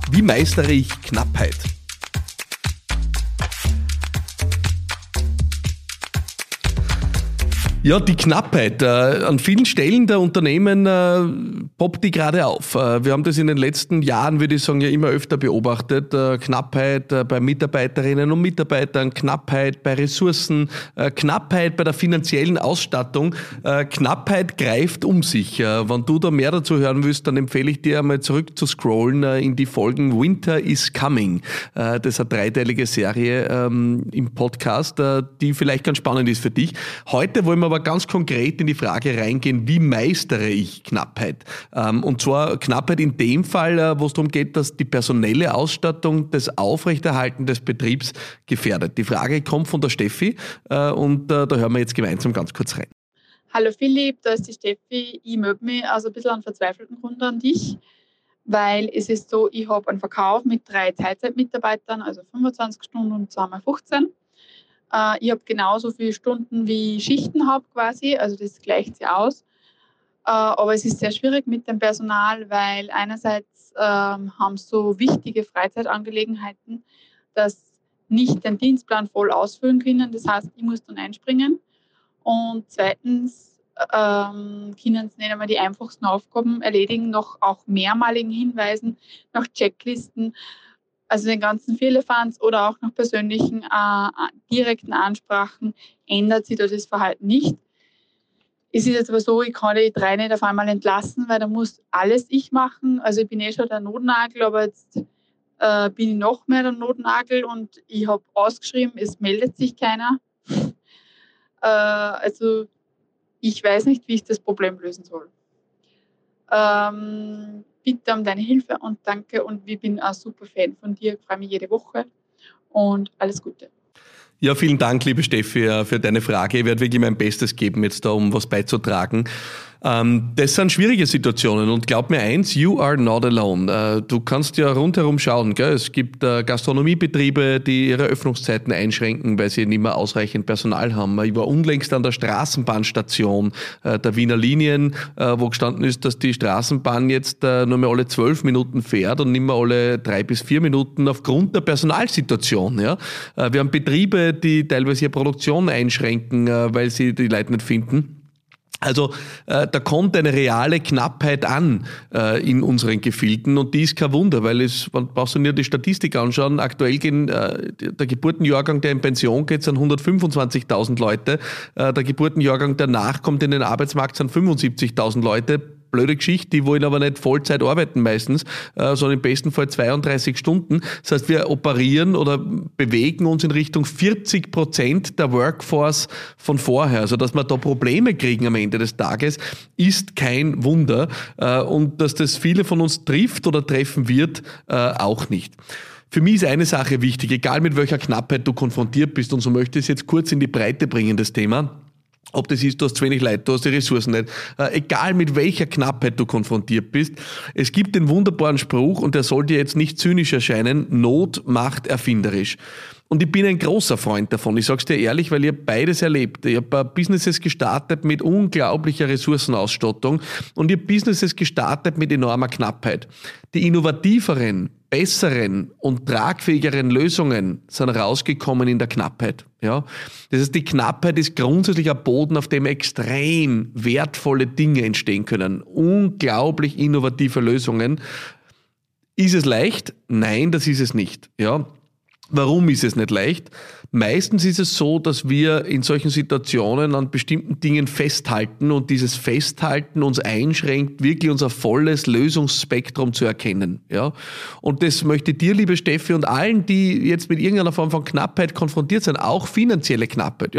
Wie meistere ich Knappheit? Ja, die Knappheit. An vielen Stellen der Unternehmen poppt die gerade auf. Wir haben das in den letzten Jahren, würde ich sagen, ja immer öfter beobachtet. Knappheit bei Mitarbeiterinnen und Mitarbeitern, Knappheit bei Ressourcen, Knappheit bei der finanziellen Ausstattung. Knappheit greift um sich. Wenn du da mehr dazu hören willst, dann empfehle ich dir einmal zurück zu scrollen in die Folgen Winter is Coming. Das ist eine dreiteilige Serie im Podcast, die vielleicht ganz spannend ist für dich. Heute wollen wir aber ganz konkret in die Frage reingehen, wie meistere ich Knappheit? Und zwar Knappheit in dem Fall, wo es darum geht, dass die personelle Ausstattung, das Aufrechterhalten des Betriebs gefährdet. Die Frage kommt von der Steffi und da hören wir jetzt gemeinsam ganz kurz rein. Hallo Philipp, da ist die Steffi. Ich melde mich also ein bisschen an verzweifelten Grund an dich, weil es ist so, ich habe einen Verkauf mit 3 Teilzeitmitarbeitern, also 25 Stunden und 2x15. Ich habe genauso viele Stunden wie ich Schichten habe quasi, also das gleicht sich aus. Aber es ist sehr schwierig mit dem Personal, weil einerseits haben so wichtige Freizeitangelegenheiten, dass nicht den Dienstplan voll ausfüllen können. Das heißt, ich muss dann einspringen. Und zweitens können sie nicht einmal die einfachsten Aufgaben erledigen, nach auch mehrmaligen Hinweisen, nach Checklisten. Also den ganzen Firlefanz oder auch nach persönlichen direkten Ansprachen ändert sich da das Verhalten nicht. Es ist jetzt aber so, ich kann die 3 nicht auf einmal entlassen, weil da muss alles ich machen. Also ich bin schon der Notnagel, aber jetzt bin ich noch mehr der Notnagel und ich habe ausgeschrieben, es meldet sich keiner. Also ich weiß nicht, wie ich das Problem lösen soll. Bitte um deine Hilfe und danke und ich bin ein super Fan von dir, ich freue mich jede Woche und alles Gute. Ja, vielen Dank, liebe Steffi, für deine Frage. Ich werde wirklich mein Bestes geben, jetzt da, um was beizutragen. Das sind schwierige Situationen und glaub mir eins, you are not alone. Du kannst ja rundherum schauen, gell? Es gibt Gastronomiebetriebe, die ihre Öffnungszeiten einschränken, weil sie nicht mehr ausreichend Personal haben. Ich war unlängst an der Straßenbahnstation der Wiener Linien, wo gestanden ist, dass die Straßenbahn jetzt nur mehr alle 12 Minuten fährt und nicht mehr alle 3 bis 4 Minuten aufgrund der Personalsituation. Ja? Wir haben Betriebe, die teilweise ihre Produktion einschränken, weil sie die Leute nicht finden. Also da kommt eine reale Knappheit an in unseren Gefilden und die ist kein Wunder, weil man brauchst du nur die Statistik anschauen, aktuell gehen der Geburtenjahrgang, der in Pension geht, sind 125.000 Leute, der Geburtenjahrgang, der nachkommt in den Arbeitsmarkt, sind 75.000 Leute. Blöde Geschichte, die wollen aber nicht Vollzeit arbeiten meistens, sondern im besten Fall 32 Stunden. Das heißt, wir operieren oder bewegen uns in Richtung 40% der Workforce von vorher. Also, dass wir da Probleme kriegen am Ende des Tages, ist kein Wunder. Und dass das viele von uns trifft oder treffen wird, auch nicht. Für mich ist eine Sache wichtig, egal mit welcher Knappheit du konfrontiert bist, und so möchte ich es jetzt kurz in die Breite bringen, das Thema. Ob das ist, du hast zu wenig Leute, du hast die Ressourcen nicht. Egal mit welcher Knappheit du konfrontiert bist, es gibt den wunderbaren Spruch, und der soll dir jetzt nicht zynisch erscheinen, Not macht erfinderisch. Und ich bin ein großer Freund davon. Ich sag's dir ehrlich, weil ich habe beides erlebt. Ich habe Businesses gestartet mit unglaublicher Ressourcenausstattung und ich habe Businesses gestartet mit enormer Knappheit. Die innovativeren, besseren und tragfähigeren Lösungen sind rausgekommen in der Knappheit. Ja? Das heißt, die Knappheit ist grundsätzlich ein Boden, auf dem extrem wertvolle Dinge entstehen können. Unglaublich innovative Lösungen. Ist es leicht? Nein, das ist es nicht. Ja? Warum ist es nicht leicht? Meistens ist es so, dass wir in solchen Situationen an bestimmten Dingen festhalten und dieses Festhalten uns einschränkt, wirklich unser volles Lösungsspektrum zu erkennen. Ja? Und das möchte ich dir, liebe Steffi, und allen, die jetzt mit irgendeiner Form von Knappheit konfrontiert sind, auch finanzielle Knappheit,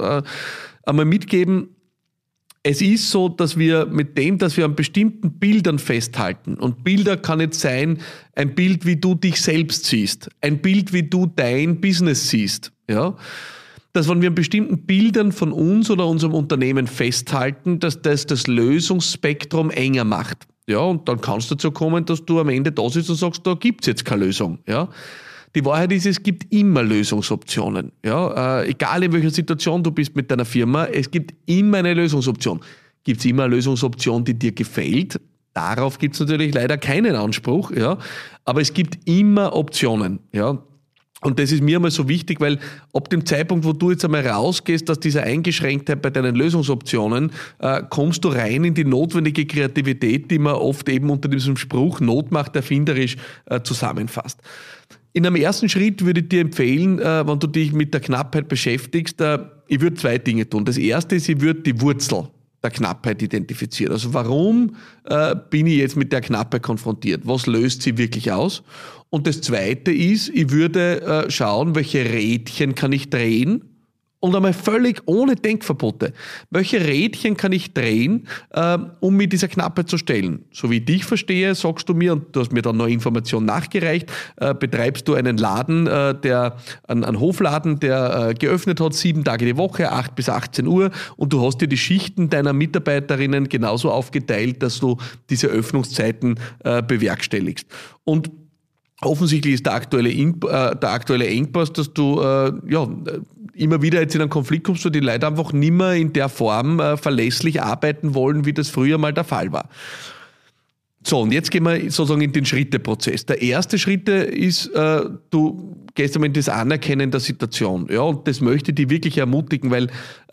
einmal mitgeben. Es ist so, dass wir mit dem, dass wir an bestimmten Bildern festhalten, und Bilder kann jetzt sein, ein Bild, wie du dich selbst siehst, ein Bild, wie du dein Business siehst, ja, dass wenn wir an bestimmten Bildern von uns oder unserem Unternehmen festhalten, dass das Lösungsspektrum enger macht. Ja, und dann kann es dazu kommen, dass du am Ende da sitzt und sagst, da gibt's jetzt keine Lösung, ja. Die Wahrheit ist, es gibt immer Lösungsoptionen. Ja? Egal in welcher Situation du bist mit deiner Firma, es gibt immer eine Lösungsoption. Gibt es immer eine Lösungsoption, die dir gefällt? Darauf gibt es natürlich leider keinen Anspruch, ja, aber es gibt immer Optionen, ja. Und das ist mir einmal so wichtig, weil ab dem Zeitpunkt, wo du jetzt einmal rausgehst aus dieser Eingeschränktheit bei deinen Lösungsoptionen, kommst du rein in die notwendige Kreativität, die man oft eben unter diesem Spruch Not macht erfinderisch zusammenfasst. In einem ersten Schritt würde ich dir empfehlen, wenn du dich mit der Knappheit beschäftigst, ich würde 2 Dinge tun. Das erste ist, ich würde die Wurzel der Knappheit identifizieren. Also warum bin ich jetzt mit der Knappheit konfrontiert? Was löst sie wirklich aus? Und das Zweite ist, ich würde schauen, welche Rädchen kann ich drehen, und einmal völlig ohne Denkverbote. Welche Rädchen kann ich drehen, um mir dieser Knappheit zu stellen? So wie ich dich verstehe, sagst du mir, und du hast mir dann noch Informationen nachgereicht, betreibst du einen Laden, einen Hofladen, der geöffnet hat 7 Tage die Woche, 8 bis 18 Uhr, und du hast dir die Schichten deiner Mitarbeiterinnen genauso aufgeteilt, dass du diese Öffnungszeiten bewerkstelligst. Und offensichtlich ist der aktuelle Engpass, dass du immer wieder jetzt in einen Konflikt kommst, wo die Leute einfach nicht mehr in der Form verlässlich arbeiten wollen, wie das früher mal der Fall war. So, und jetzt gehen wir sozusagen in den Schritteprozess. Der erste Schritt ist, du gehst einmal in das Anerkennen der Situation. Ja, und das möchte ich dich wirklich ermutigen, weil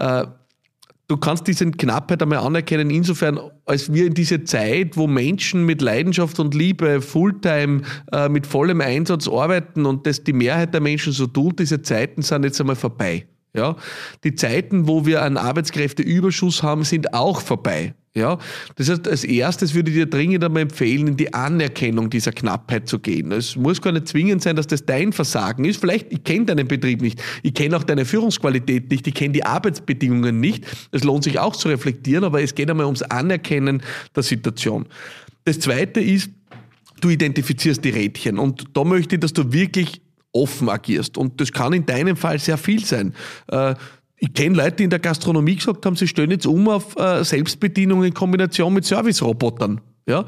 du kannst diese Knappheit einmal anerkennen, insofern, als wir in diese Zeit, wo Menschen mit Leidenschaft und Liebe Fulltime mit vollem Einsatz arbeiten und das die Mehrheit der Menschen so tut, diese Zeiten sind jetzt einmal vorbei. Ja? Die Zeiten, wo wir einen Arbeitskräfteüberschuss haben, sind auch vorbei. Ja, das heißt, als erstes würde ich dir dringend einmal empfehlen, in die Anerkennung dieser Knappheit zu gehen. Es muss gar nicht zwingend sein, dass das dein Versagen ist. Vielleicht, ich kenne deinen Betrieb nicht, ich kenne auch deine Führungsqualität nicht, ich kenne die Arbeitsbedingungen nicht. Es lohnt sich auch zu reflektieren, aber es geht einmal ums Anerkennen der Situation. Das Zweite ist, du identifizierst die Rädchen, und da möchte ich, dass du wirklich offen agierst, und das kann in deinem Fall sehr viel sein. Ich kenne Leute, die in der Gastronomie gesagt haben, sie stellen jetzt auf Selbstbedienung in Kombination mit Servicerobotern. Ja?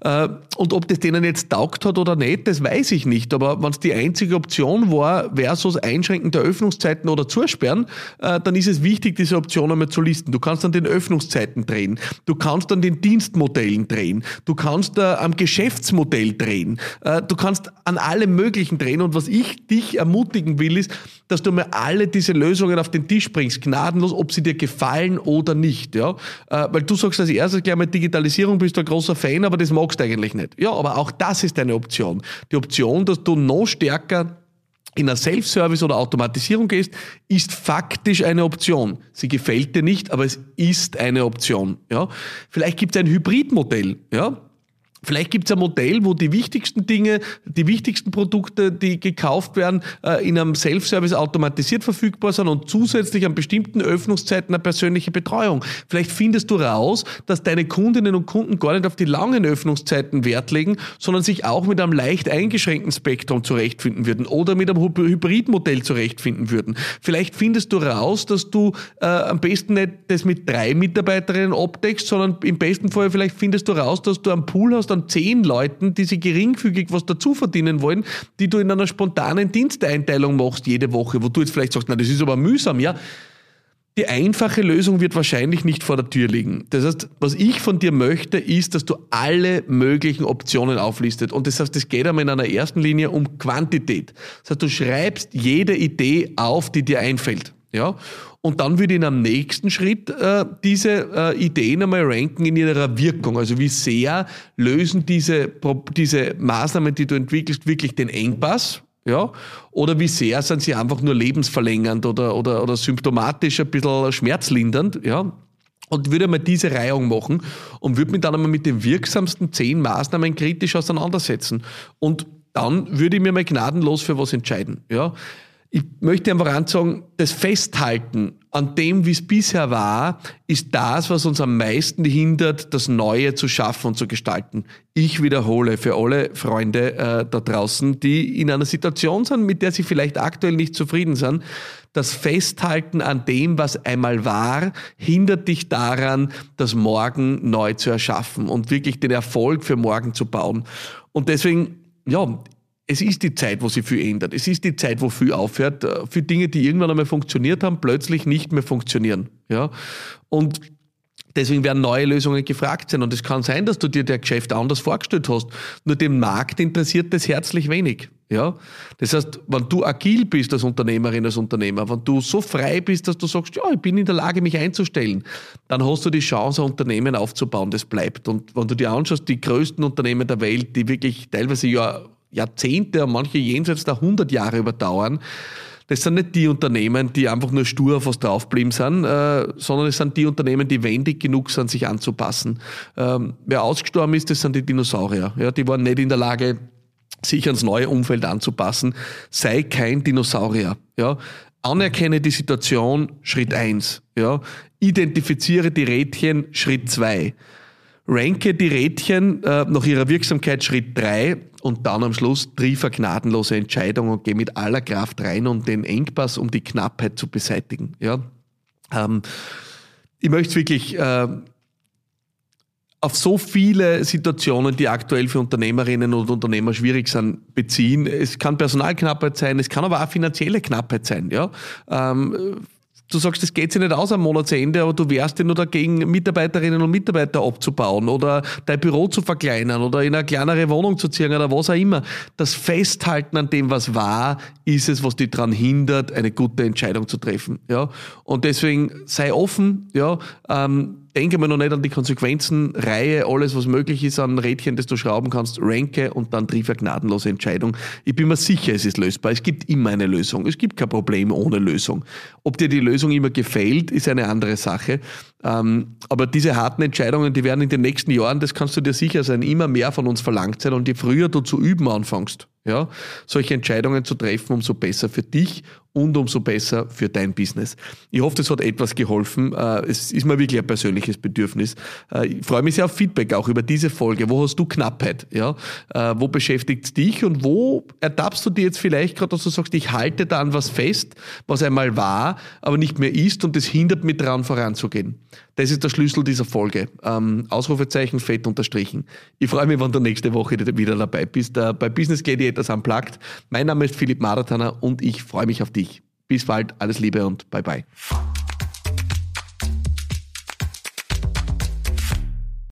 Und ob das denen jetzt taugt hat oder nicht, das weiß ich nicht. Aber wenn es die einzige Option war, versus Einschränken der Öffnungszeiten oder Zusperren, dann ist es wichtig, diese Option einmal zu listen. Du kannst an den Öffnungszeiten drehen, du kannst an den Dienstmodellen drehen, du kannst am Geschäftsmodell drehen, du kannst an allem Möglichen drehen. Und was ich dich ermutigen will, ist, dass du mir alle diese Lösungen auf den Tisch bringst, gnadenlos, ob sie dir gefallen oder nicht. Ja? Weil du sagst als erstes gleich mal Digitalisierung, bist du ein großer Fan, aber das magst du eigentlich nicht. Ja, aber auch das ist eine Option. Die Option, dass du noch stärker in eine Self-Service oder Automatisierung gehst, ist faktisch eine Option. Sie gefällt dir nicht, aber es ist eine Option. Ja? Vielleicht gibt es ein Hybridmodell. Ja? Vielleicht gibt es ein Modell, wo die wichtigsten Dinge, die wichtigsten Produkte, die gekauft werden, in einem Self-Service automatisiert verfügbar sind und zusätzlich an bestimmten Öffnungszeiten eine persönliche Betreuung. Vielleicht findest du raus, dass deine Kundinnen und Kunden gar nicht auf die langen Öffnungszeiten Wert legen, sondern sich auch mit einem leicht eingeschränkten Spektrum zurechtfinden würden oder mit einem Hybridmodell zurechtfinden würden. Vielleicht findest du raus, dass du am besten nicht das mit 3 Mitarbeiterinnen abdeckst, sondern im besten Fall vielleicht findest du raus, dass du einen Pool hast an 10 Leuten, die sich geringfügig was dazu verdienen wollen, die du in einer spontanen Diensteinteilung machst jede Woche, wo du jetzt vielleicht sagst, na, das ist aber mühsam, ja. Die einfache Lösung wird wahrscheinlich nicht vor der Tür liegen. Das heißt, was ich von dir möchte, ist, dass du alle möglichen Optionen auflistet. Und das heißt, es geht einmal in einer ersten Linie um Quantität. Das heißt, du schreibst jede Idee auf, die dir einfällt. Ja? Und dann würde ich in einem nächsten Schritt diese Ideen einmal ranken in ihrer Wirkung. Also wie sehr lösen diese Maßnahmen, die du entwickelst, wirklich den Engpass? Ja? Oder wie sehr sind sie einfach nur lebensverlängernd oder symptomatisch ein bisschen schmerzlindernd? Ja? Und würde mal diese Reihung machen und würde mich dann einmal mit den wirksamsten 10 Maßnahmen kritisch auseinandersetzen. Und dann würde ich mir mal gnadenlos für was entscheiden. Ja? Ich möchte einfach ansagen, das Festhalten an dem, wie es bisher war, ist das, was uns am meisten hindert, das Neue zu schaffen und zu gestalten. Ich wiederhole für alle Freunde da draußen, die in einer Situation sind, mit der sie vielleicht aktuell nicht zufrieden sind, das Festhalten an dem, was einmal war, hindert dich daran, das Morgen neu zu erschaffen und wirklich den Erfolg für morgen zu bauen. Und deswegen, ja, es ist die Zeit, wo sich viel ändert. Es ist die Zeit, wo viel aufhört. Für Dinge, die irgendwann einmal funktioniert haben, plötzlich nicht mehr funktionieren. Ja? Und Deswegen werden neue Lösungen gefragt sein. Und es kann sein, dass du dir das Geschäft anders vorgestellt hast. Nur den Markt interessiert das herzlich wenig. Ja? Das heißt, wenn du agil bist als Unternehmerin, als Unternehmer, wenn du so frei bist, dass du sagst, ja, ich bin in der Lage, mich einzustellen, dann hast du die Chance, ein Unternehmen aufzubauen, das bleibt. Und wenn du dir anschaust, die größten Unternehmen der Welt, die wirklich teilweise Jahrzehnte, manche jenseits der 100 Jahre überdauern, das sind nicht die Unternehmen, die einfach nur stur auf was draufgeblieben sind, sondern es sind die Unternehmen, die wendig genug sind, sich anzupassen. Wer ausgestorben ist, das sind die Dinosaurier. Ja, die waren nicht in der Lage, sich ans neue Umfeld anzupassen. Sei kein Dinosaurier. Ja. Anerkenne die Situation, Schritt 1. Ja. Identifiziere die Rädchen, Schritt 2. Ranke die Rädchen nach ihrer Wirksamkeit, Schritt 3. Und dann am Schluss triff eine gnadenlose Entscheidung und geh mit aller Kraft rein, um den Engpass, um die Knappheit zu beseitigen. Ja? Ich möchte es wirklich auf so viele Situationen, die aktuell für Unternehmerinnen und Unternehmer schwierig sind, beziehen. Es kann Personalknappheit sein, es kann aber auch finanzielle Knappheit sein. Ja? Du sagst, das geht sich nicht aus am Monatsende, aber du wehrst dich nur dagegen, Mitarbeiterinnen und Mitarbeiter abzubauen oder dein Büro zu verkleinern oder in eine kleinere Wohnung zu ziehen oder was auch immer. Das Festhalten an dem, was war, ist es, was dich daran hindert, eine gute Entscheidung zu treffen. Ja? Und deswegen sei offen, ja, denke mal noch nicht an die Konsequenzen, reihe alles, was möglich ist an Rädchen, das du schrauben kannst, ranke und dann triff eine gnadenlose Entscheidung. Ich bin mir sicher, es ist lösbar. Es gibt immer eine Lösung. Es gibt kein Problem ohne Lösung. Ob dir die Lösung immer gefällt, ist eine andere Sache. Aber diese harten Entscheidungen, die werden in den nächsten Jahren, das kannst du dir sicher sein, immer mehr von uns verlangt sein. Und je früher du zu üben anfängst, ja, solche Entscheidungen zu treffen, umso besser für dich und umso besser für dein Business. Ich hoffe, das hat etwas geholfen. Es ist mir wirklich ein persönliches Bedürfnis. Ich freue mich sehr auf Feedback auch über diese Folge. Wo hast du Knappheit? Ja? Wo beschäftigt es dich und wo ertappst du dir jetzt vielleicht gerade, dass du sagst, ich halte da an was fest, was einmal war, aber nicht mehr ist und das hindert mich daran voranzugehen. Das ist der Schlüssel dieser Folge. Ausrufezeichen, fett unterstrichen. Ich freue mich, wenn du nächste Woche wieder dabei bist. Bei Business Gladiators Unplugged. Mein Name ist Philipp Maratana und ich freue mich auf dich. Bis bald, alles Liebe und bye bye.